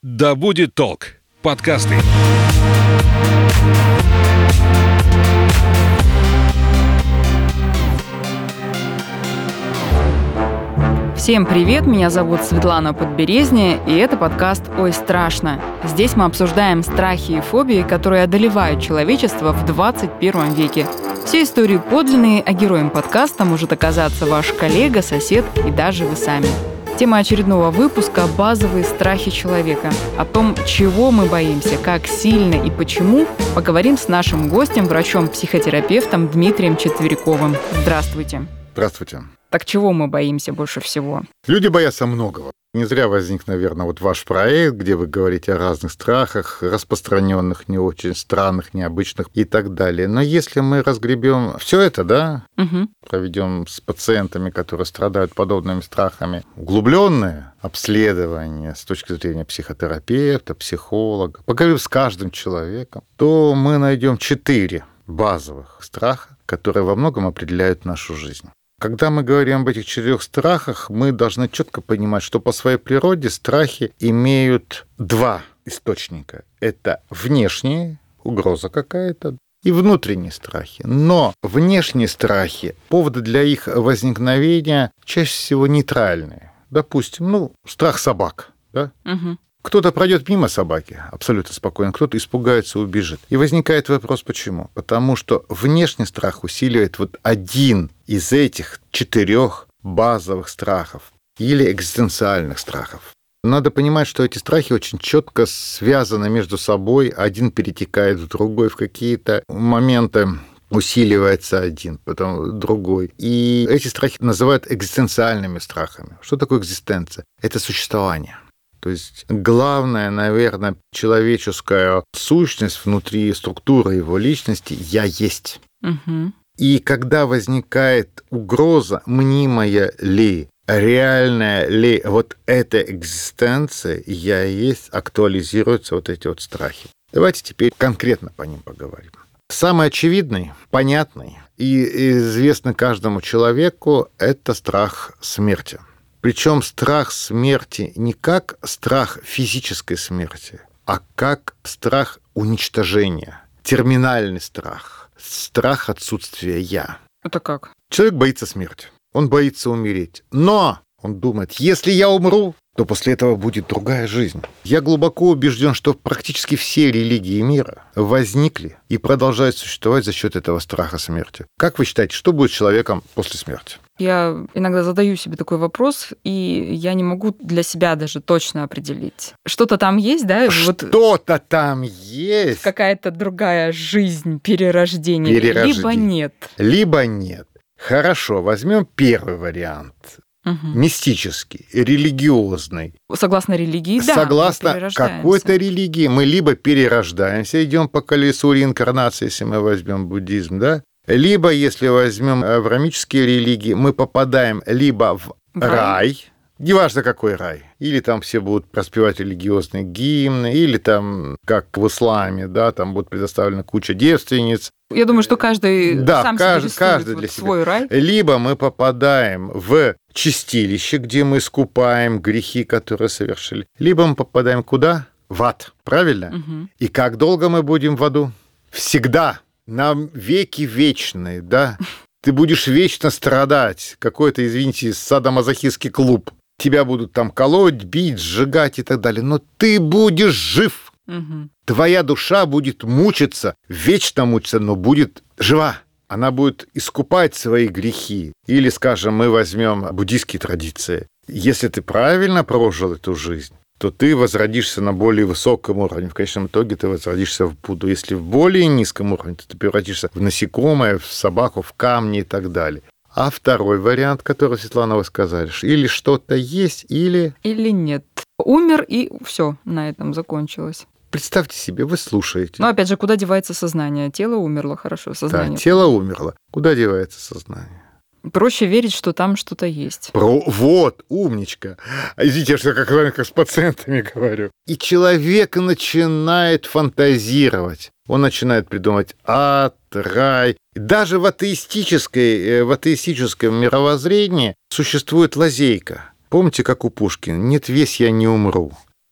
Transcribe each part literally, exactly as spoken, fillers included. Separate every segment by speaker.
Speaker 1: Да будет толк. Подкасты.
Speaker 2: Всем привет, меня зовут Светлана Подберезня, и это подкаст «Ой, страшно». Здесь мы обсуждаем страхи и фобии, которые одолевают человечество в двадцать первом веке. Все истории подлинные, а героем подкаста может оказаться ваш коллега, сосед и даже вы сами. Тема очередного выпуска – базовые страхи человека. О том, чего мы боимся, как сильно и почему, поговорим с нашим гостем, врачом-психотерапевтом Дмитрием Четвериковым. Здравствуйте.
Speaker 3: Здравствуйте.
Speaker 2: Так чего мы боимся больше всего?
Speaker 3: Люди боятся многого. Не зря возник, наверное, вот ваш проект, где вы говорите о разных страхах, распространенных, не очень странных, необычных и так далее. Но если мы разгребем все это, да, угу. проведем с пациентами, которые страдают подобными страхами, углубленное обследование с точки зрения психотерапевта, психолога, поговорим с каждым человеком, то мы найдем четыре базовых страха, которые во многом определяют нашу жизнь. Когда мы говорим об этих четырех страхах, мы должны четко понимать, что по своей природе страхи имеют два источника. Это внешние, угроза какая-то, и внутренние страхи. Но внешние страхи, поводы для их возникновения чаще всего нейтральные. Допустим, ну, страх собак, да? Угу. Кто-то пройдет мимо собаки абсолютно спокойно, кто-то испугается и убежит. И возникает вопрос, почему? Потому что внешний страх усиливает вот один из этих четырех базовых страхов или экзистенциальных страхов. Надо понимать, что эти страхи очень четко связаны между собой, один перетекает в другой, в какие-то моменты усиливается один, потом другой. И эти страхи называют экзистенциальными страхами. Что такое экзистенция? Это существование. То есть главная, наверное, человеческая сущность внутри структуры его личности «я есть». Угу. И когда возникает угроза, мнимая ли, реальная ли вот эта экзистенция «я есть», актуализируются вот эти вот страхи. Давайте теперь конкретно по ним поговорим. Самый очевидный, понятный и известный каждому человеку – это страх смерти. Причем страх смерти не как страх физической смерти, а как страх уничтожения, терминальный страх, страх отсутствия «я».
Speaker 2: Это как?
Speaker 3: Человек боится смерти, он боится умереть, но он думает, если я умру, то после этого будет другая жизнь. Я глубоко убежден, что практически все религии мира возникли и продолжают существовать за счет этого страха смерти. Как вы считаете, что будет с человеком после смерти?
Speaker 2: Я иногда задаю себе такой вопрос, и я не могу для себя даже точно определить. Что-то там есть, да?
Speaker 3: Что-то вот там есть.
Speaker 2: Какая-то другая жизнь, перерождение.
Speaker 3: Перерождение.
Speaker 2: Либо нет.
Speaker 3: Либо нет. Хорошо, возьмем первый вариант. Угу. Мистический, религиозный.
Speaker 2: Согласно религии, да.
Speaker 3: Согласно какой-то религии мы либо перерождаемся, идем по колесу реинкарнации, если мы возьмем буддизм, да? Либо, если возьмем авраамические религии, мы попадаем либо в рай, рай, неважно какой рай, или там все будут проспевать религиозные гимны, или там, как в исламе, да, там будет предоставлена куча девственниц.
Speaker 2: Я думаю, что каждый
Speaker 3: да,
Speaker 2: сам
Speaker 3: каждый,
Speaker 2: себе
Speaker 3: каждый
Speaker 2: вот
Speaker 3: для
Speaker 2: свой
Speaker 3: себя.
Speaker 2: Рай.
Speaker 3: Либо мы попадаем в чистилище, где мы искупаем грехи, которые совершили. Либо мы попадаем куда? В ад, правильно? Угу. И как долго мы будем в аду? Всегда. На веки вечные, да? Ты будешь вечно страдать. Какой-то, извините, садомазохистский клуб. Тебя будут там колоть, бить, сжигать и так далее. Но ты будешь жив. Угу. Твоя душа будет мучиться, вечно мучиться, но будет жива. Она будет искупать свои грехи. Или, скажем, мы возьмем буддийские традиции. Если ты правильно прожил эту жизнь, то ты возродишься на более высоком уровне. В конечном итоге ты возродишься в Будду. Если в более низком уровне, то ты превратишься в насекомое, в собаку, в камни и так далее. А второй вариант, который, Светлана, вы сказали, или что-то есть, или...
Speaker 2: Или нет. Умер, и все, на этом закончилось.
Speaker 3: Представьте себе, вы слушаете.
Speaker 2: Но опять же, куда девается сознание? Тело умерло, хорошо, сознание.
Speaker 3: Да, тело умерло. Куда девается сознание?
Speaker 2: Проще верить, что там что-то есть.
Speaker 3: Про... Вот, умничка. Извините, я что как, как с пациентами говорю. И человек начинает фантазировать. Он начинает придумывать ад, рай. Даже в атеистической, в атеистическом мировоззрении существует лазейка. Помните, как у Пушкина? «Нет, весь я не умру».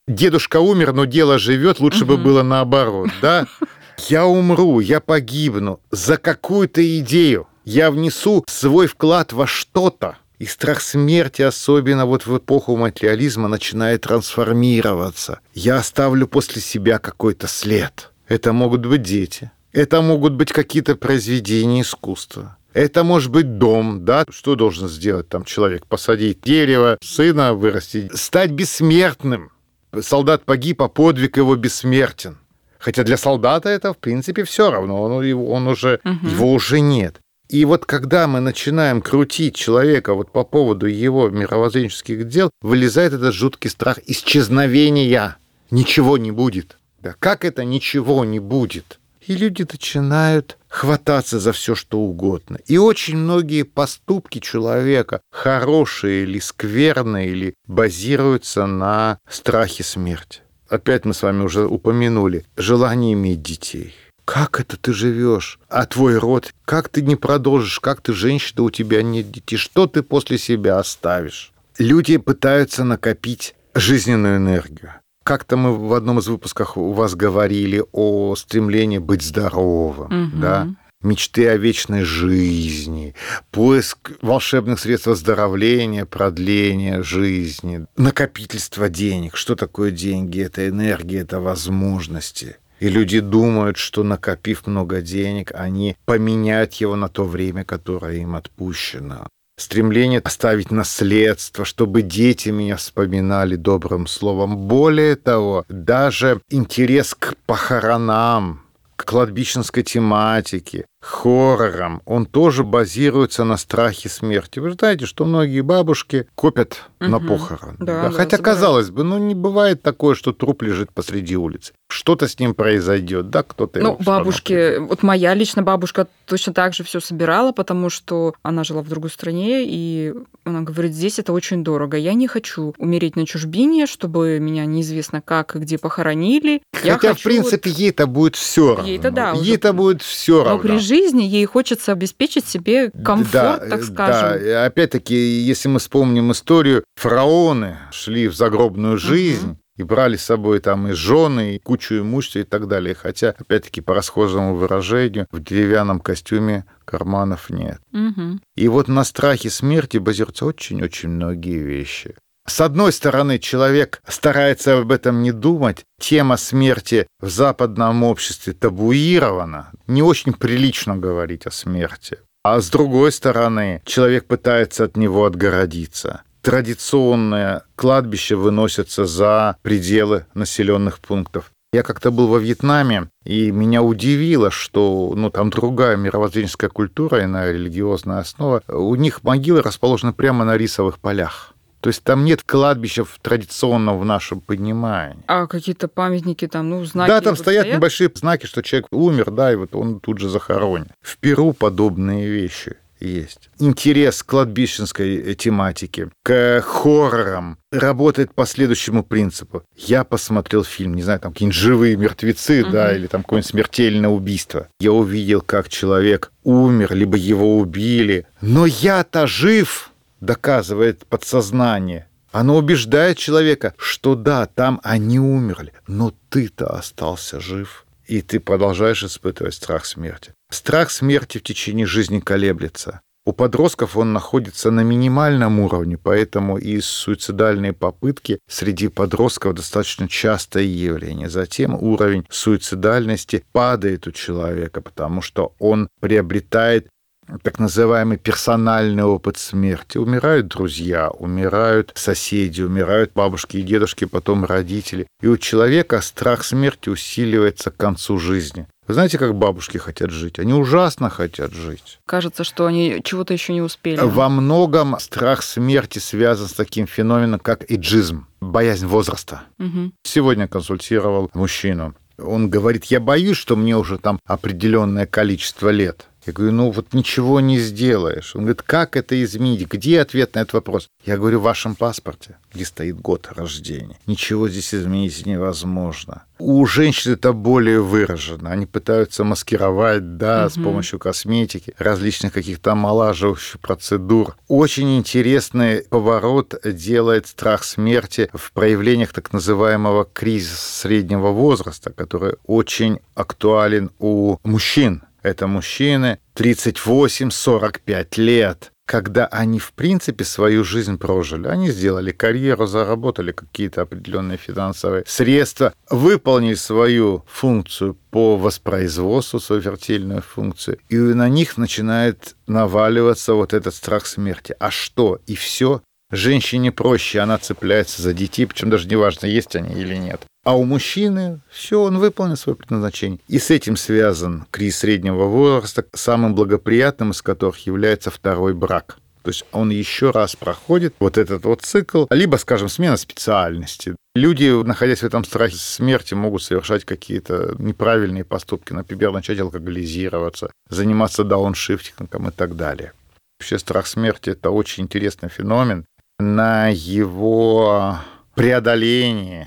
Speaker 3: Дедушка умер, но дело живет, лучше бы было наоборот, да? Я умру, я погибну за какую-то идею. Я внесу свой вклад во что-то. И страх смерти, особенно вот в эпоху материализма, начинает трансформироваться. Я оставлю после себя какой-то след. Это могут быть дети. Это могут быть какие-то произведения искусства. Это может быть дом, да? Что должен сделать там человек? Посадить дерево, сына вырастить, стать бессмертным. Солдат погиб, а подвиг его бессмертен. Хотя для солдата это, в принципе, все равно. Он, он уже, угу. Его уже нет. И вот когда мы начинаем крутить человека вот по поводу его мировоззренческих дел, вылезает этот жуткий страх исчезновения. Ничего не будет. Да как это ничего не будет? И люди начинают хвататься за все, что угодно. И очень многие поступки человека, хорошие или скверные, или базируются на страхе смерти. Опять мы с вами уже упомянули желание иметь детей. Как это ты живешь? А твой род? Как ты не продолжишь? Как ты женщина, у тебя нет детей? Что ты после себя оставишь? Люди пытаются накопить жизненную энергию. Как-то мы в одном из выпусков у вас говорили о стремлении быть здоровым, угу. да? Мечты о вечной жизни, поиск волшебных средств оздоровления, продления жизни, накопительство денег. Что такое деньги? Это энергия, это возможности. И люди думают, что, накопив много денег, они поменяют его на то время, которое им отпущено. Стремление оставить наследство, чтобы дети меня вспоминали добрым словом. Более того, даже интерес к похоронам, к кладбищенской тематике, хоррорам, он тоже базируется на страхе смерти. Вы знаете, что многие бабушки копят угу. на похорон. Да, да. Хотя, да, казалось бы, ну не бывает такое, что труп лежит посреди улицы. Что-то с ним произойдет, да, кто-то
Speaker 2: Ну,
Speaker 3: его
Speaker 2: бабушки, вот моя лично бабушка точно так же все собирала, потому что она жила в другой стране, и она говорит, здесь это очень дорого. Я не хочу умереть на чужбине, чтобы меня неизвестно как и где похоронили.
Speaker 3: Я Хотя, хочу... в принципе, вот... ей-то будет все равно.
Speaker 2: Ей-то, да,
Speaker 3: ей-то
Speaker 2: уже...
Speaker 3: будет все равно.
Speaker 2: Но при жизни ей хочется обеспечить себе комфорт,
Speaker 3: да,
Speaker 2: так скажем.
Speaker 3: Да, опять-таки, если мы вспомним историю, фараоны шли в загробную жизнь, uh-huh. и брали с собой там и жены, и кучу имущества и так далее. Хотя, опять-таки, по расхожему выражению, в деревянном костюме карманов нет. Угу. И вот на страхе смерти базируются очень-очень многие вещи. С одной стороны, человек старается об этом не думать. Тема смерти в западном обществе табуирована. Не очень прилично говорить о смерти. А с другой стороны, человек пытается от него отгородиться. Традиционные кладбища выносятся за пределы населенных пунктов. Я как-то был во Вьетнаме, и меня удивило, что ну, там другая мировоззренческая культура, иная религиозная основа. У них могилы расположены прямо на рисовых полях. То есть там нет кладбища традиционного в нашем понимании.
Speaker 2: А какие-то памятники там, ну, знаки?
Speaker 3: Да, там стоят,
Speaker 2: стоят
Speaker 3: небольшие знаки, что человек умер, да, и вот он тут же захоронен. В Перу подобные вещи есть. Интерес к кладбищенской тематике, к хоррорам работает по следующему принципу. Я посмотрел фильм, не знаю, там какие-нибудь живые мертвецы, uh-huh. да, или там какое-нибудь смертельное убийство. Я увидел, как человек умер, либо его убили. Но я-то жив, доказывает подсознание. Оно убеждает человека, что да, там они умерли, но ты-то остался жив. И ты продолжаешь испытывать страх смерти. Страх смерти в течение жизни колеблется. У подростков он находится на минимальном уровне, поэтому и суицидальные попытки среди подростков достаточно частое явление. Затем уровень суицидальности падает у человека, потому что он приобретает так называемый персональный опыт смерти. Умирают друзья, умирают соседи, умирают бабушки и дедушки, потом родители. И у человека страх смерти усиливается к концу жизни. Вы знаете, как бабушки хотят жить? Они ужасно хотят жить.
Speaker 2: Кажется, что они чего-то еще не успели.
Speaker 3: Во многом страх смерти связан с таким феноменом, как эйджизм, боязнь возраста. Угу. Сегодня консультировал мужчину. Он говорит, я боюсь, что мне уже там определенное количество лет. Я говорю, ну вот ничего не сделаешь. Он говорит, как это изменить? Где ответ на этот вопрос? Я говорю, в вашем паспорте, где стоит год рождения. Ничего здесь изменить невозможно. У женщин это более выражено. Они пытаются маскировать, да, угу. с помощью косметики, различных каких-то омолаживающих процедур. Очень интересный поворот делает страх смерти в проявлениях так называемого кризиса среднего возраста, который очень актуален у мужчин. Это мужчины тридцать восемь - сорок пять лет, когда они, в принципе, свою жизнь прожили. Они сделали карьеру, заработали какие-то определенные финансовые средства, выполнили свою функцию по воспроизводству, свою фертильную функцию, и на них начинает наваливаться вот этот страх смерти. А что? И все. Женщине проще, она цепляется за детей, причем даже не важно, есть они или нет. А у мужчины все, он выполнил свое предназначение. И с этим связан кризис среднего возраста, самым благоприятным из которых является второй брак. То есть он еще раз проходит вот этот вот цикл, либо, скажем, смена специальности. Люди, находясь в этом страхе смерти, могут совершать какие-то неправильные поступки, например, начать алкоголизироваться, заниматься дауншифтингом и так далее. Вообще страх смерти – это очень интересный феномен. На его преодоление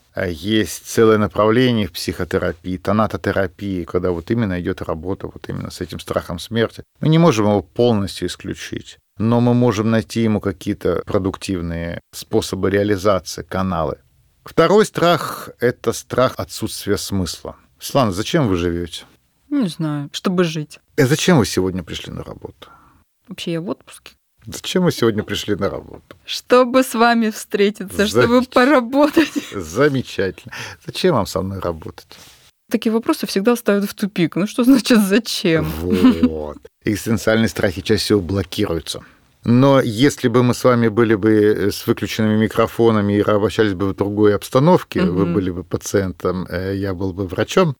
Speaker 3: есть целое направление в психотерапии, тонатотерапии, когда вот именно идет работа вот именно с этим страхом смерти. Мы не можем его полностью исключить, но мы можем найти ему какие-то продуктивные способы реализации, каналы. Второй страх – это страх отсутствия смысла. Светлана, зачем вы живете?
Speaker 2: Не знаю, чтобы жить.
Speaker 3: А зачем вы сегодня пришли на работу?
Speaker 2: Вообще я в отпуске.
Speaker 3: Зачем вы сегодня пришли на работу?
Speaker 2: Чтобы с вами встретиться, чтобы поработать.
Speaker 3: Замечательно. Зачем вам со мной работать?
Speaker 2: Такие вопросы всегда ставят в тупик. Ну что значит зачем?
Speaker 3: Вот. Экзистенциальные страхи чаще всего блокируются. Но если бы мы с вами были бы с выключенными микрофонами и обращались бы в другой обстановке, угу. вы были бы пациентом, я был бы врачом,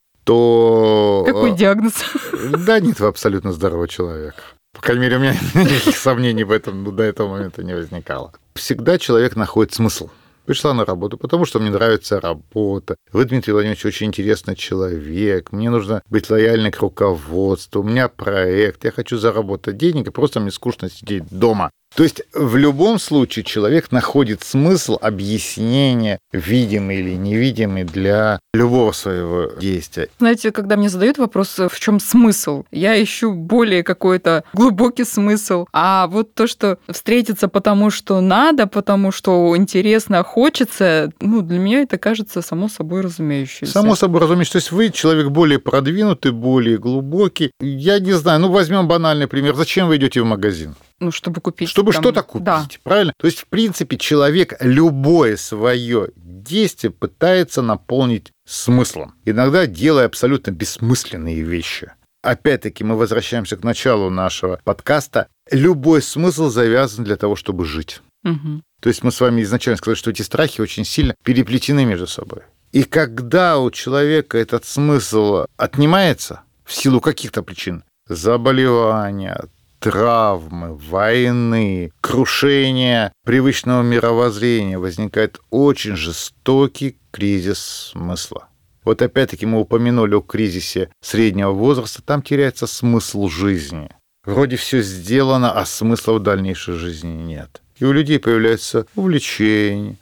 Speaker 3: то...
Speaker 2: Какой диагноз?
Speaker 3: Да нет, вы абсолютно здоровый человек. По крайней мере, у меня никаких сомнений в этом до этого момента не возникало. Всегда человек находит смысл. Пришла на работу, потому что мне нравится работа. Вы, Дмитрий Владимирович, очень интересный человек. Мне нужно быть лояльной к руководству. У меня проект. Я хочу заработать денег, и просто мне скучно сидеть дома. То есть в любом случае человек находит смысл, объяснения, видимый или невидимый, для любого своего действия.
Speaker 2: Знаете, когда мне задают вопрос, в чем смысл, я ищу более какой-то глубокий смысл. А вот то, что встретиться потому, что надо, потому что интересно, хочется, ну, для меня это кажется само собой разумеющееся.
Speaker 3: Само собой разумеющееся. То есть вы человек более продвинутый, более глубокий. Я не знаю, ну, возьмем банальный пример. Зачем вы идете в магазин?
Speaker 2: Ну, чтобы купить.
Speaker 3: Чтобы
Speaker 2: там...
Speaker 3: что-то купить, да. Правильно? То есть, в принципе, человек любое свое действие пытается наполнить смыслом, иногда делая абсолютно бессмысленные вещи. Опять-таки, мы возвращаемся к началу нашего подкаста. Любой смысл завязан для того, чтобы жить.
Speaker 2: Угу.
Speaker 3: То есть мы с вами изначально сказали, что эти страхи очень сильно переплетены между собой. И когда у человека этот смысл отнимается в силу каких-то причин, заболевания, травмы, войны, крушения привычного мировоззрения, возникает очень жестокий кризис смысла. Вот опять-таки мы упомянули о кризисе среднего возраста, там теряется смысл жизни. Вроде все сделано, а смысла в дальнейшей жизни нет. И у людей появляются увлечения,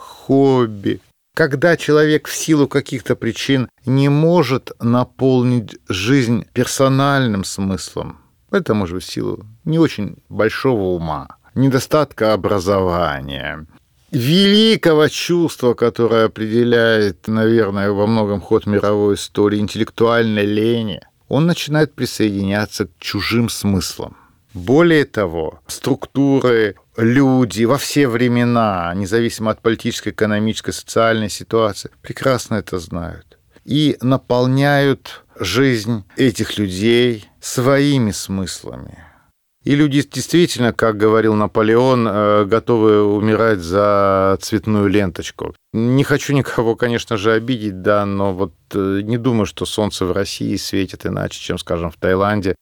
Speaker 3: хобби. Когда человек в силу каких-то причин не может наполнить жизнь персональным смыслом, это может быть в силу не очень большого ума, недостатка образования, великого чувства, которое определяет, наверное, во многом ход мировой истории, интеллектуальной лени, он начинает присоединяться к чужим смыслам. Более того, структуры, люди во все времена, независимо от политической, экономической, социальной ситуации, прекрасно это знают и наполняют жизнь этих людей своими смыслами. И люди действительно, как говорил Наполеон, готовы умирать за цветную ленточку. Не хочу никого, конечно же, обидеть, да, но вот не думаю, что солнце в России светит иначе, чем, скажем, в Таиланде,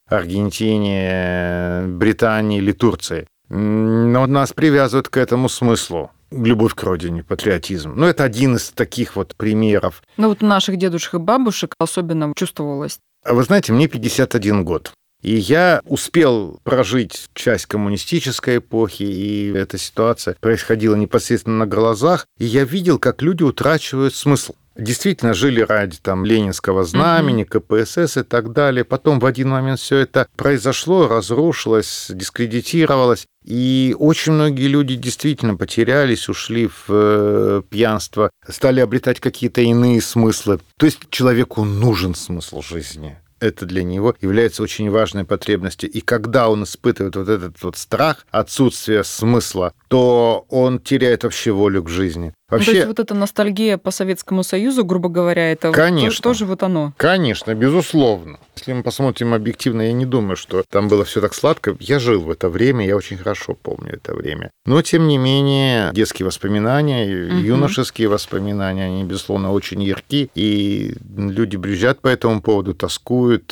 Speaker 3: Аргентине, Британии или Турции. Но нас привязывают к этому смыслу. Любовь к родине, патриотизм. Ну, это один из таких вот примеров.
Speaker 2: Ну, вот у наших дедушек и бабушек особенно чувствовалось.
Speaker 3: Вы знаете, мне пятьдесят один год. И я успел прожить часть коммунистической эпохи, и эта ситуация происходила непосредственно на глазах, и я видел, как люди утрачивают смысл. Действительно жили ради там ленинского знамени, ка пэ эс эс и так далее. Потом в один момент все это произошло, разрушилось, дискредитировалось. И очень многие люди действительно потерялись, ушли в пьянство, стали обретать какие-то иные смыслы. То есть человеку нужен смысл жизни. Это для него является очень важной потребностью. И когда он испытывает вот этот вот страх, отсутствие смысла, то он теряет вообще волю к жизни. Вообще,
Speaker 2: ну, то есть вот эта ностальгия по Советскому Союзу, грубо говоря, это
Speaker 3: конечно,
Speaker 2: вот, тоже вот оно?
Speaker 3: Конечно, безусловно. Если мы посмотрим объективно, я не думаю, что там было все так сладко. Я жил в это время, я очень хорошо помню это время. Но, тем не менее, детские воспоминания, угу. юношеские воспоминания, они, безусловно, очень ярки, и люди брюзжат по этому поводу, тоскуют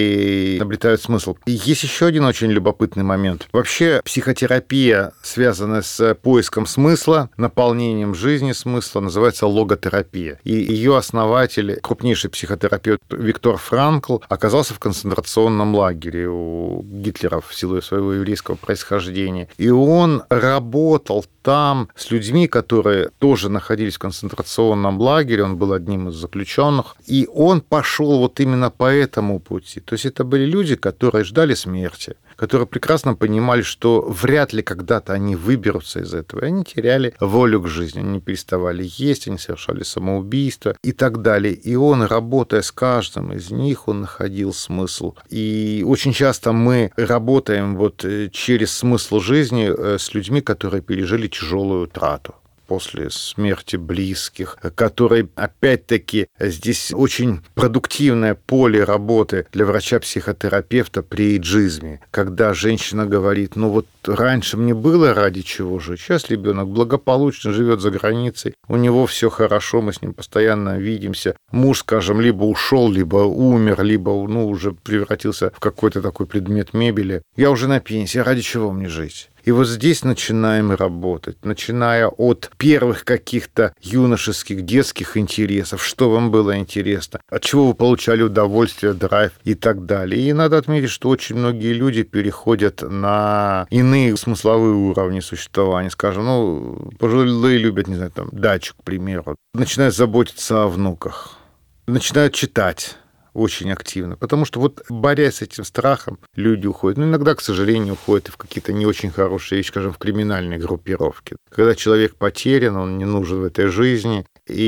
Speaker 3: и обретают смысл. И есть еще один очень любопытный момент. Вообще, психотерапия, связанная с поиском смысла, наполнением жизни, смысла, называется логотерапия. И ее основатель, крупнейший психотерапевт Виктор Франкл, оказался в концентрационном лагере у Гитлера в силу своего еврейского происхождения. И он работал там с людьми, которые тоже находились в концентрационном лагере, он был одним из заключенных, и он пошел вот именно по этому пути. То есть это были люди, которые ждали смерти, которые прекрасно понимали, что вряд ли когда-то они выберутся из этого, и они теряли волю к жизни, они переставали есть, они совершали самоубийство и так далее. И он, работая с каждым из них, он находил смысл. И очень часто мы работаем вот через смысл жизни с людьми, которые пережили тяжелую утрату после смерти близких, который, опять-таки, здесь очень продуктивное поле работы для врача-психотерапевта при эйджизме, когда женщина говорит, ну вот раньше мне было ради чего жить, сейчас ребенок благополучно живет за границей, у него все хорошо, мы с ним постоянно видимся, муж, скажем, либо ушел, либо умер, либо ну, уже превратился в какой-то такой предмет мебели. Я уже на пенсии, ради чего мне жить? И вот здесь начинаем работать, начиная от первых каких-то юношеских, детских интересов, что вам было интересно, от чего вы получали удовольствие, драйв и так далее. И надо отметить, что очень многие люди переходят на иные смысловые уровни существования. Скажем, ну, пожилые любят, не знаю, там, дачу, к примеру, начинают заботиться о внуках, начинают читать очень активно, потому что вот борясь с этим страхом, люди уходят. Ну, иногда, к сожалению, уходят и в какие-то не очень хорошие вещи, скажем, в криминальные группировки. Когда человек потерян, он не нужен в этой жизни,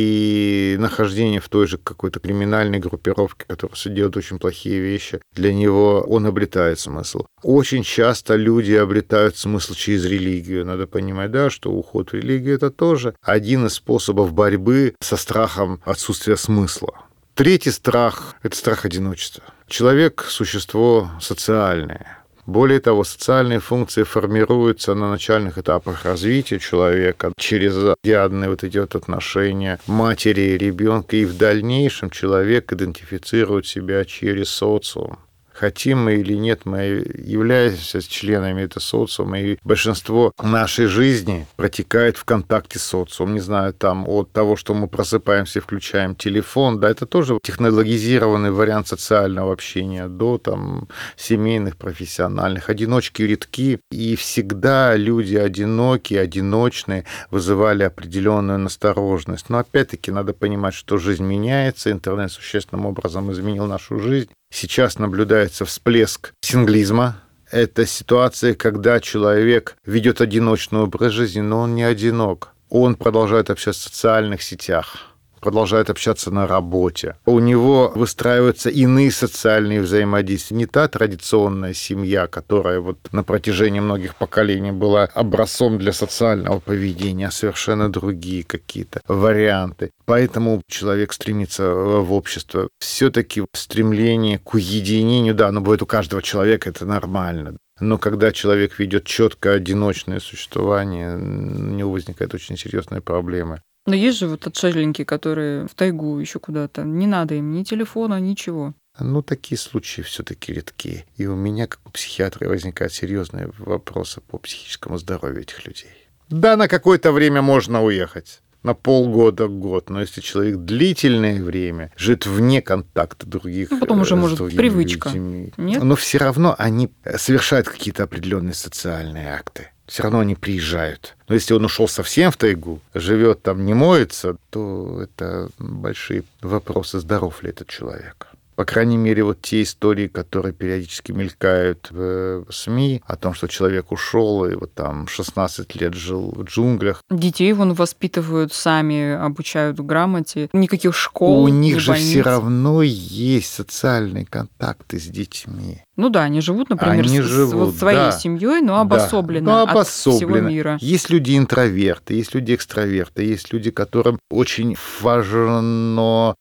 Speaker 3: и нахождение в той же какой-то криминальной группировке, которая делает очень плохие вещи, для него он обретает смысл. Очень часто люди обретают смысл через религию. Надо понимать, да, что уход в религию – это тоже один из способов борьбы со страхом отсутствия смысла. Третий страх – это страх одиночества. Человек – существо социальное. Более того, социальные функции формируются на начальных этапах развития человека через диадные вот эти вот отношения матери и ребенка, и в дальнейшем человек идентифицирует себя через социум. Хотим мы или нет, мы являемся членами этого социума, и большинство нашей жизни протекает в контакте с социумом. Не знаю, там от того, что мы просыпаемся и включаем телефон, да, это тоже технологизированный вариант социального общения, до там семейных, профессиональных. Одиночки редки, и всегда люди одинокие, одиночные вызывали определенную настороженность. Но опять-таки надо понимать, что жизнь меняется, интернет существенным образом изменил нашу жизнь. Сейчас наблюдается всплеск синглизма. Это ситуация, когда человек ведет одиночный образ жизни, но он не одинок. Он продолжает общаться в социальных сетях, продолжает общаться на работе. У него выстраиваются иные социальные взаимодействия. Не та традиционная семья, которая вот на протяжении многих поколений была образцом для социального поведения, а совершенно другие какие-то варианты. Поэтому человек стремится в общество. Все-таки стремление к уединению, да, оно будет у каждого человека, это нормально. Но когда человек ведет четкое одиночное существование, у него возникают очень серьезные проблемы.
Speaker 2: Но есть же вот отшельники, которые в тайгу еще куда-то. Не надо им ни телефона, ничего.
Speaker 3: Ну, такие случаи все-таки редкие. И у меня, как у психиатра, возникают серьезные вопросы по психическому здоровью этих людей. Да, на какое-то время можно уехать. на полгода, год. Но если человек длительное время живет вне контакта других,
Speaker 2: ну, потом уже, может, привычка.
Speaker 3: Людьми,
Speaker 2: нет?
Speaker 3: Но все равно они совершают какие-то определенные социальные акты. Все равно они приезжают. Но если он ушел совсем в тайгу, живет там, не моется, то это большие вопросы, здоров ли этот человек. По крайней мере, вот те истории, которые периодически мелькают в СМИ, о том, что человек ушел и вот там шестнадцать лет жил в джунглях.
Speaker 2: Детей вон воспитывают сами, обучают грамоте. Никаких школ,
Speaker 3: у них
Speaker 2: ни
Speaker 3: же
Speaker 2: больниц.
Speaker 3: Все равно есть социальные контакты с детьми.
Speaker 2: Ну да, они живут, например,
Speaker 3: они
Speaker 2: с,
Speaker 3: живут,
Speaker 2: вот своей
Speaker 3: да,
Speaker 2: семьей, но обособленно,
Speaker 3: да, но
Speaker 2: от
Speaker 3: обособленно
Speaker 2: всего мира.
Speaker 3: Есть люди интроверты, есть люди экстраверты, есть люди, которым очень важно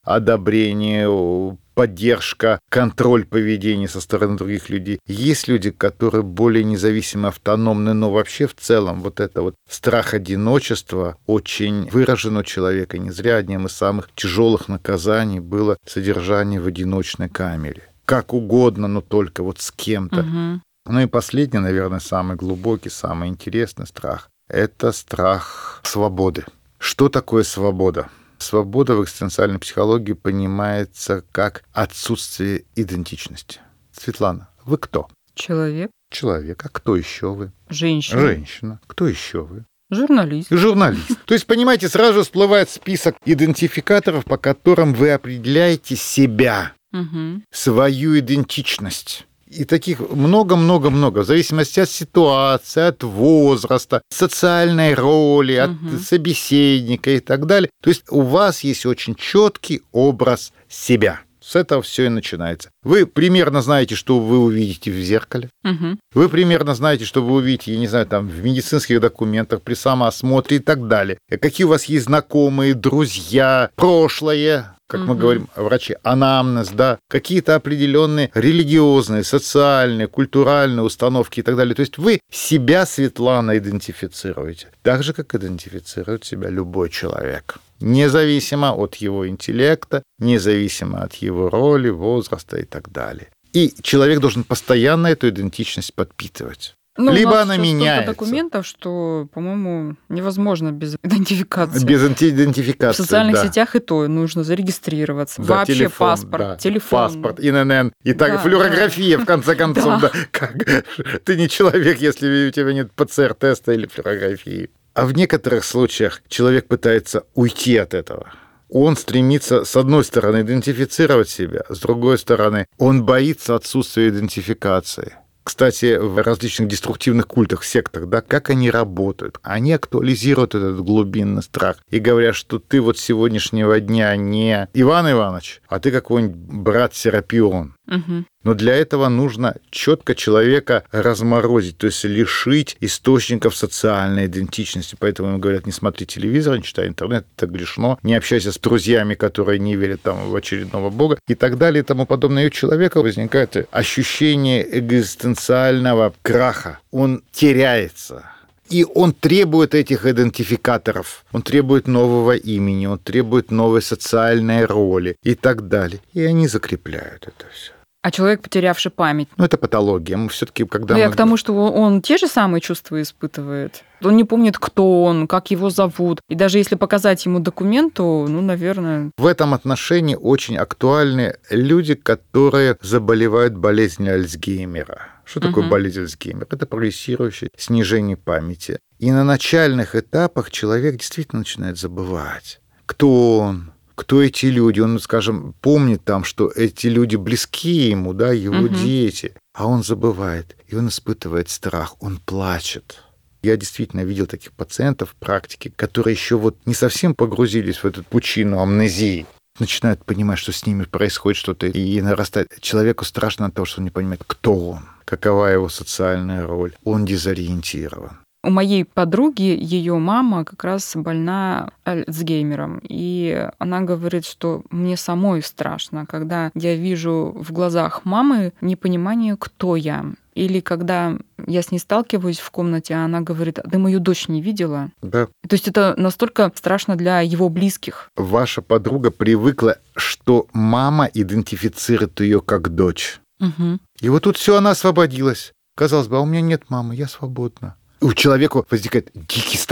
Speaker 3: одобрение, поддержка, контроль поведения со стороны других людей. Есть люди, которые более независимы, автономны, но вообще в целом вот это вот страх одиночества очень выражен у человека. Не зря одним из самых тяжелых наказаний было содержание в одиночной камере. Как угодно, но только вот с кем-то.
Speaker 2: Угу.
Speaker 3: Ну и последний, наверное, самый глубокий, самый интересный страх – это страх свободы. Что такое свобода? Свобода в экзистенциальной психологии понимается как отсутствие идентичности. Светлана, вы кто?
Speaker 2: Человек.
Speaker 3: Человек. А кто еще вы?
Speaker 2: Женщина.
Speaker 3: Женщина. Кто еще вы?
Speaker 2: Журналист.
Speaker 3: Журналист. То есть, понимаете, сразу всплывает список идентификаторов, по которым вы определяете себя,
Speaker 2: угу.
Speaker 3: свою идентичность. И таких много-много-много, в зависимости от ситуации, от возраста, социальной роли, от
Speaker 2: угу.
Speaker 3: собеседника и так далее. То есть у вас есть очень четкий образ себя. С этого все и начинается. Вы примерно знаете, что вы увидите в зеркале.
Speaker 2: Угу.
Speaker 3: Вы примерно знаете, что вы увидите, я не знаю, там, в медицинских документах, при самоосмотре и так далее. Какие у вас есть знакомые, друзья, прошлое, как мы
Speaker 2: угу.
Speaker 3: говорим, врачи, анамнез, да, какие-то определенные религиозные, социальные, культуральные установки и так далее. То есть вы себя, Светлана, идентифицируете, так же, как идентифицирует себя любой человек. Независимо от его интеллекта, независимо от его роли, возраста и так далее. И человек должен постоянно эту идентичность подпитывать.
Speaker 2: Ну,
Speaker 3: Либо
Speaker 2: у нас
Speaker 3: она
Speaker 2: сейчас
Speaker 3: меняется.
Speaker 2: столько документов, что, по-моему, невозможно без идентификации.
Speaker 3: Без идентификации,
Speaker 2: В социальных
Speaker 3: да.
Speaker 2: сетях и то нужно зарегистрироваться.
Speaker 3: Да,
Speaker 2: Вообще
Speaker 3: телефон,
Speaker 2: паспорт,
Speaker 3: да,
Speaker 2: телефон.
Speaker 3: Паспорт, ИНН, и так,
Speaker 2: Да,
Speaker 3: флюорография,
Speaker 2: да.
Speaker 3: в конце концов.
Speaker 2: Да.
Speaker 3: Да. Как? Ты не человек, если у тебя нет ПЦР-теста или флюорографии. А в некоторых случаях человек пытается уйти от этого. Он стремится, с одной стороны, идентифицировать себя, с другой стороны, он боится отсутствия идентификации. Кстати, в различных деструктивных культах, сектах, да, как они работают? Они актуализируют этот глубинный страх и говорят, что ты вот с сегодняшнего дня не Иван Иванович, а ты какой-нибудь брат Серапион.
Speaker 2: Угу.
Speaker 3: Но для этого нужно четко человека разморозить, то есть лишить источников социальной идентичности. Поэтому им говорят, не смотри телевизор, не читай интернет, это грешно, не общайся с друзьями, которые не верят там, в очередного бога и так далее и тому подобное. И у человека возникает ощущение экзистенциального краха. Он теряется. И он требует этих идентификаторов, он требует нового имени, он требует новой социальной роли и так далее. И они закрепляют это все.
Speaker 2: А человек, потерявший память.
Speaker 3: Ну, это патология. Мы все-таки, когда
Speaker 2: Ну,
Speaker 3: мы...
Speaker 2: я к тому, что он те же самые чувства испытывает. Он не помнит, кто он, как его зовут. И даже если показать ему документ, то, ну, наверное...
Speaker 3: В этом отношении очень актуальны люди, которые заболевают болезнью Альцгеймера. Что uh-huh. такое болезнь Альцгеймера? Это прогрессирующее снижение памяти. И на начальных этапах человек действительно начинает забывать, кто он, кто эти люди. Он, скажем, помнит там, что эти люди близки ему, да, его uh-huh. дети. А он забывает, и он испытывает страх, он плачет. Я действительно видел таких пациентов в практике, которые еще вот не совсем погрузились в эту пучину амнезии. Начинают понимать, что с ними происходит что-то, и нарастает. Человеку страшно от того, что он не понимает, кто он, какова его социальная роль. Он дезориентирован.
Speaker 2: У моей подруги ее мама как раз больна Альцгеймером, и она говорит, что мне самой страшно, когда я вижу в глазах мамы непонимание, кто я. Или когда я с ней сталкиваюсь в комнате, а она говорит, ты мою дочь не видела?
Speaker 3: Да.
Speaker 2: То есть это настолько страшно для его близких.
Speaker 3: Ваша подруга привыкла, что мама идентифицирует ее как дочь.
Speaker 2: Угу.
Speaker 3: И вот тут все, она освободилась. Казалось бы, а у меня нет мамы, я свободна. У человека возникает дикий страх.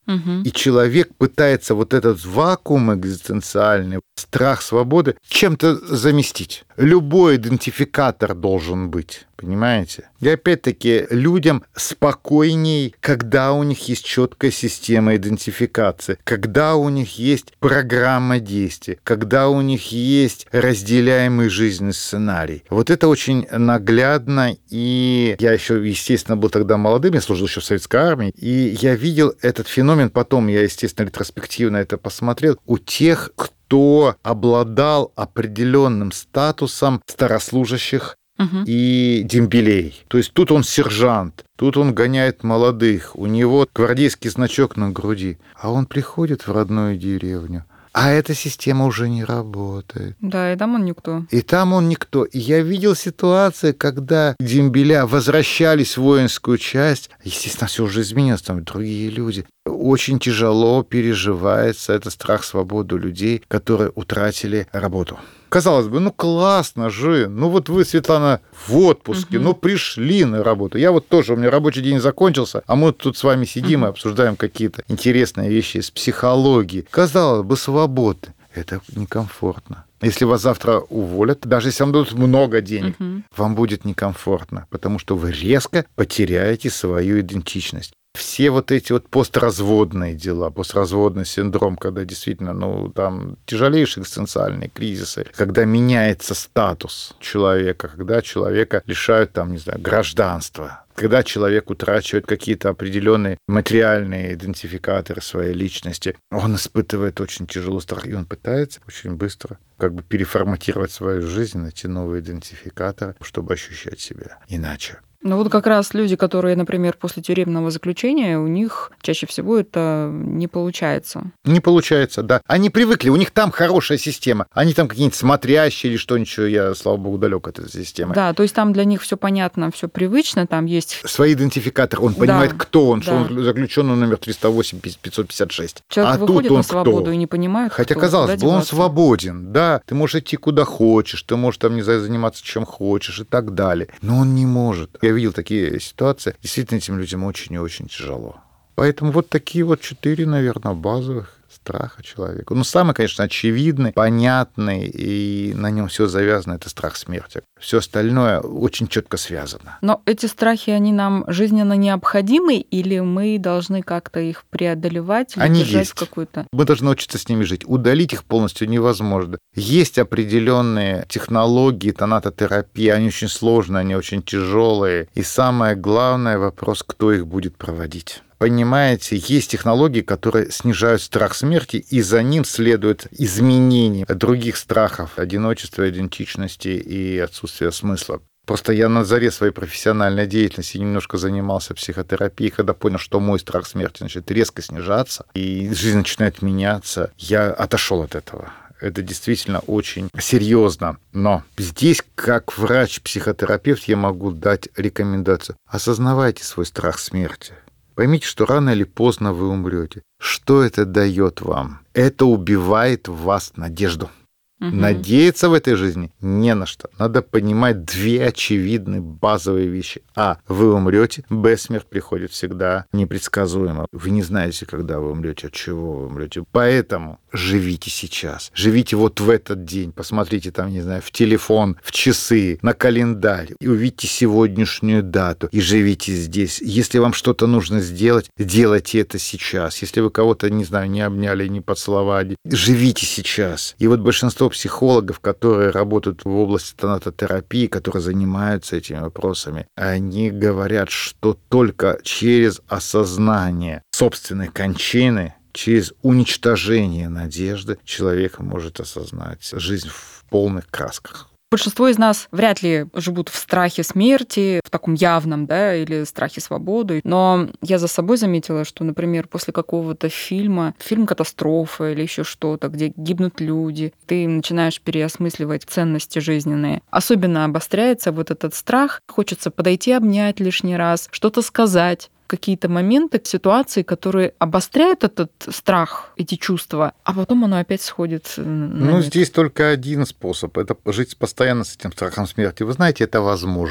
Speaker 2: Угу.
Speaker 3: И человек пытается вот этот вакуум экзистенциальный, страх свободы, чем-то заместить. Любой идентификатор должен быть, понимаете? И опять-таки людям спокойней, когда у них есть четкая система идентификации, когда у них есть программа действий, когда у них есть разделяемый жизненный сценарий. Вот это очень наглядно, и я еще, естественно, был тогда молодым, я служил еще в советской армии, и я видел этот феномен, потом я, естественно, ретроспективно это посмотрел, у тех, кто обладал определенным статусом старослужащих угу. и дембелей. То есть тут он сержант, тут он гоняет молодых, у него гвардейский значок на груди, а он приходит в родную деревню, а эта система уже не работает.
Speaker 2: Да, и там он никто.
Speaker 3: И там он никто. И я видел ситуации, когда дембеля возвращались в воинскую часть. Естественно, все уже изменилось, там другие люди. Очень тяжело переживается этот страх свободы людей, которые утратили работу. Казалось бы, ну классно же, ну вот вы, Светлана, в отпуске, угу. ну пришли на работу. Я вот тоже, у меня рабочий день закончился, а мы тут с вами сидим угу. и обсуждаем какие-то интересные вещи из психологии. Казалось бы, свободы. Это некомфортно. Если вас завтра уволят, даже если вам дадут много денег, угу. вам будет некомфортно, потому что вы резко потеряете свою идентичность. Все вот эти вот постразводные дела, постразводный синдром, когда действительно, ну, там тяжелейшие экзистенциальные кризисы, когда меняется статус человека, когда человека лишают, там, не знаю, гражданства, когда человек утрачивает какие-то определенные материальные идентификаторы своей личности, он испытывает очень тяжелый страх, и он пытается очень быстро как бы переформатировать свою жизнь, найти новые идентификаторы, чтобы ощущать себя иначе.
Speaker 2: Ну вот как раз люди, которые, например, после тюремного заключения, у них чаще всего это не получается.
Speaker 3: Не получается, да. Они привыкли, у них там хорошая система. Они там какие-нибудь смотрящие или что-нибудь, я, слава богу, далек от этой системы.
Speaker 2: Да, то есть там для них все понятно, все привычно, там есть...
Speaker 3: Свой идентификатор, он понимает, да, кто он, да. что он заключенный номер триста восемь пятьсот пятьдесят шесть.
Speaker 2: Человек
Speaker 3: а
Speaker 2: выходит
Speaker 3: тут он
Speaker 2: на свободу
Speaker 3: кто?
Speaker 2: И не понимает,
Speaker 3: Хотя,
Speaker 2: кто,
Speaker 3: казалось бы, он
Speaker 2: деваться.
Speaker 3: свободен, да, ты можешь идти куда хочешь, ты можешь там, не знаю, заниматься чем хочешь и так далее, но он не может. Я видел такие ситуации, действительно, этим людям очень и очень тяжело. Поэтому вот такие вот четыре, наверное, базовых страха человека. Ну, самый, конечно, очевидный, понятный, и на нем все завязано, это страх смерти. Все остальное очень четко связано.
Speaker 2: Но эти страхи, они нам жизненно необходимы, или мы должны как-то их преодолевать, или
Speaker 3: они
Speaker 2: держать
Speaker 3: есть.
Speaker 2: в какую-то...
Speaker 3: Мы должны научиться с ними жить. Удалить их полностью невозможно. Есть определенные технологии, тонатотерапии, они очень сложные, они очень тяжелые. И самое главное, вопрос, кто их будет проводить. Понимаете, есть технологии, которые снижают страх смерти, и за ним следует изменение других страхов, одиночества, идентичности и отсутствия смысла. Просто я на заре своей профессиональной деятельности немножко занимался психотерапией, когда понял, что мой страх смерти начинает резко снижаться, и жизнь начинает меняться, я отошел от этого. Это действительно очень серьезно. Но здесь, как врач-психотерапевт, я могу дать рекомендацию. Осознавайте свой страх смерти. Поймите, что рано или поздно вы умрете. Что это дает вам? Это убивает в вас надежду. Угу. Надеяться в этой жизни не на что. Надо понимать две очевидные базовые вещи. А. Вы умрете. Б. Смерть приходит всегда непредсказуемо. Вы не знаете, когда вы умрете, от чего вы умрете. Поэтому живите сейчас. Живите вот в этот день. Посмотрите там, не знаю, в телефон, в часы, на календарь. И увидите сегодняшнюю дату. И живите здесь. Если вам что-то нужно сделать, делайте это сейчас. Если вы кого-то, не знаю, не обняли, не поцеловали, живите сейчас. И вот большинство психологов, которые работают в области тонатотерапии, которые занимаются этими вопросами, они говорят, что только через осознание собственной кончины, через уничтожение надежды человек может осознать жизнь в полных красках.
Speaker 2: Большинство из нас вряд ли живут в страхе смерти, в таком явном, да, или страхе свободы. Но я за собой заметила, что, например, после какого-то фильма, фильм «Катастрофа» или еще что-то, где гибнут люди, ты начинаешь переосмысливать ценности жизненные. Особенно обостряется вот этот страх. Хочется подойти, обнять лишний раз, что-то сказать. Какие-то моменты, ситуации, которые обостряют этот страх, эти чувства, а потом оно опять сходит на
Speaker 3: Ну,
Speaker 2: нет.
Speaker 3: Здесь только один способ. Это жить постоянно с этим страхом смерти. Вы знаете, это возможно.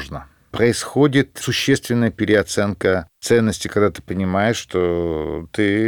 Speaker 3: происходит существенная переоценка ценности, когда ты понимаешь, что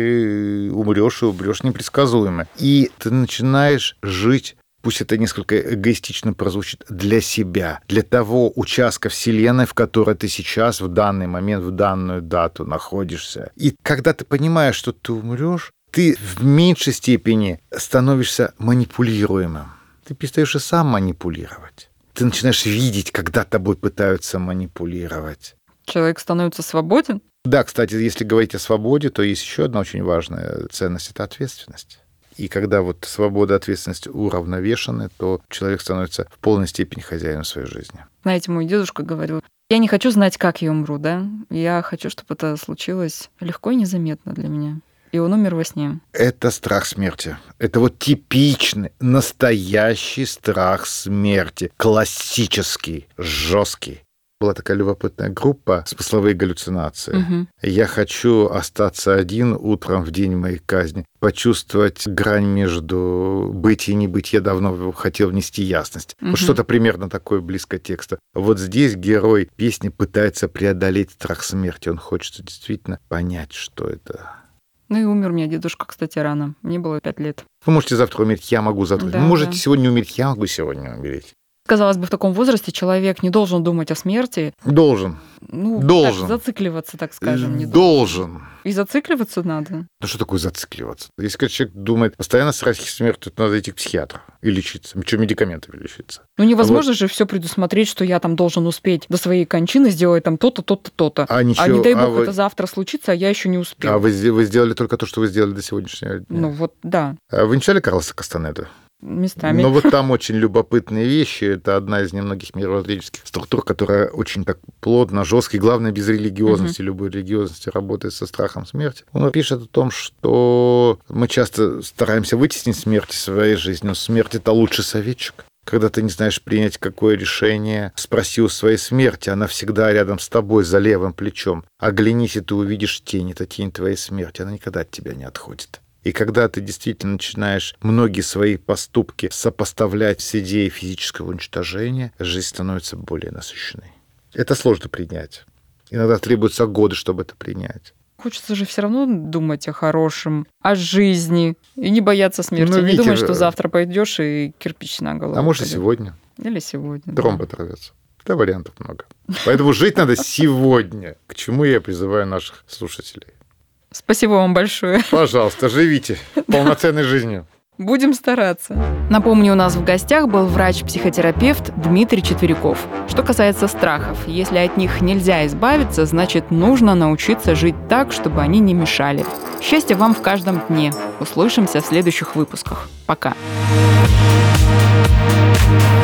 Speaker 3: ты умрешь и умрешь непредсказуемо. И ты начинаешь жить, пусть это несколько эгоистично прозвучит, для себя, для того участка Вселенной, в которой ты сейчас, в данный момент, в данную дату находишься. И когда ты понимаешь, что ты умрешь, ты в меньшей степени становишься манипулируемым. Ты перестаешь и сам манипулировать. Ты начинаешь видеть, когда тобой пытаются манипулировать.
Speaker 2: Человек становится свободен?
Speaker 3: Да, кстати, если говорить о свободе, то есть еще одна очень важная ценность – это ответственность. И когда вот свобода и ответственность уравновешены, то человек становится в полной степени хозяином своей жизни.
Speaker 2: Знаете, мой дедушка говорил, я не хочу знать, как я умру, да? Я хочу, чтобы это случилось легко и незаметно для меня. И он умер во сне.
Speaker 3: Это страх смерти. Это вот типичный, настоящий страх смерти. Классический, жесткий. Была такая любопытная группа «Смысловые галлюцинации». Угу. Я хочу остаться один утром в день моей казни, почувствовать грань между быть и не быть. Я давно хотел внести ясность. Угу. Вот что-то примерно такое близко текста. Вот здесь герой песни пытается преодолеть страх смерти. Он хочет действительно понять, что это.
Speaker 2: Ну и умер у меня дедушка, кстати, рано. Мне было пять лет.
Speaker 3: Вы можете завтра умереть, я могу завтра.
Speaker 2: Да,
Speaker 3: Вы можете
Speaker 2: да.
Speaker 3: сегодня умереть, я могу сегодня умереть.
Speaker 2: Казалось бы, в таком возрасте человек не должен думать о смерти.
Speaker 3: Должен.
Speaker 2: Ну,
Speaker 3: должен.
Speaker 2: Так, зацикливаться, так скажем. Не
Speaker 3: должен.
Speaker 2: должен. И зацикливаться надо.
Speaker 3: Ну что такое зацикливаться? Если когда человек думает постоянно о страхе смерти, то надо идти к психиатру и лечиться. Что, медикаментами лечиться?
Speaker 2: Ну невозможно
Speaker 3: вот.
Speaker 2: же все предусмотреть, что я там должен успеть до своей кончины сделать там то-то, то-то, то-то.
Speaker 3: А, ничего,
Speaker 2: а не дай бог,
Speaker 3: а вы...
Speaker 2: это завтра случится, а я еще не успел.
Speaker 3: А вы, вы сделали только то, что вы сделали до сегодняшнего дня?
Speaker 2: Ну вот, да.
Speaker 3: А вы не читали Карлоса Кастанеду?
Speaker 2: Местами.
Speaker 3: Но вот там очень любопытные вещи. Это одна из немногих мировоззренческих структур, которая очень так плотно, жестко, и главное, без религиозности, uh-huh. любой религиозности работает со страхом смерти. Он пишет о том, что мы часто стараемся вытеснить смерть из своей жизни, но смерть – это лучший советчик. Когда ты не знаешь принять какое решение, спроси у своей смерти, она всегда рядом с тобой, за левым плечом. Оглянись, и ты увидишь тень, это тень твоей смерти, она никогда от тебя не отходит. И когда ты действительно начинаешь многие свои поступки сопоставлять с идеей физического уничтожения, жизнь становится более насыщенной. Это сложно принять. Иногда требуются годы, чтобы это принять.
Speaker 2: Хочется же все равно думать о хорошем, о жизни и не бояться смерти. Ну, не думать, что завтра пойдешь и кирпич на голову.
Speaker 3: А может, и сегодня.
Speaker 2: Или сегодня.
Speaker 3: Тромб да. оторвется. Да, вариантов много. Поэтому жить надо сегодня, к чему я призываю наших слушателей.
Speaker 2: Спасибо вам большое.
Speaker 3: Пожалуйста, живите полноценной жизнью.
Speaker 2: Будем стараться. Напомню, у нас в гостях был врач-психотерапевт Дмитрий Четверяков. Что касается страхов, если от них нельзя избавиться, значит, нужно научиться жить так, чтобы они не мешали. Счастья вам в каждом дне. Услышимся в следующих выпусках. Пока.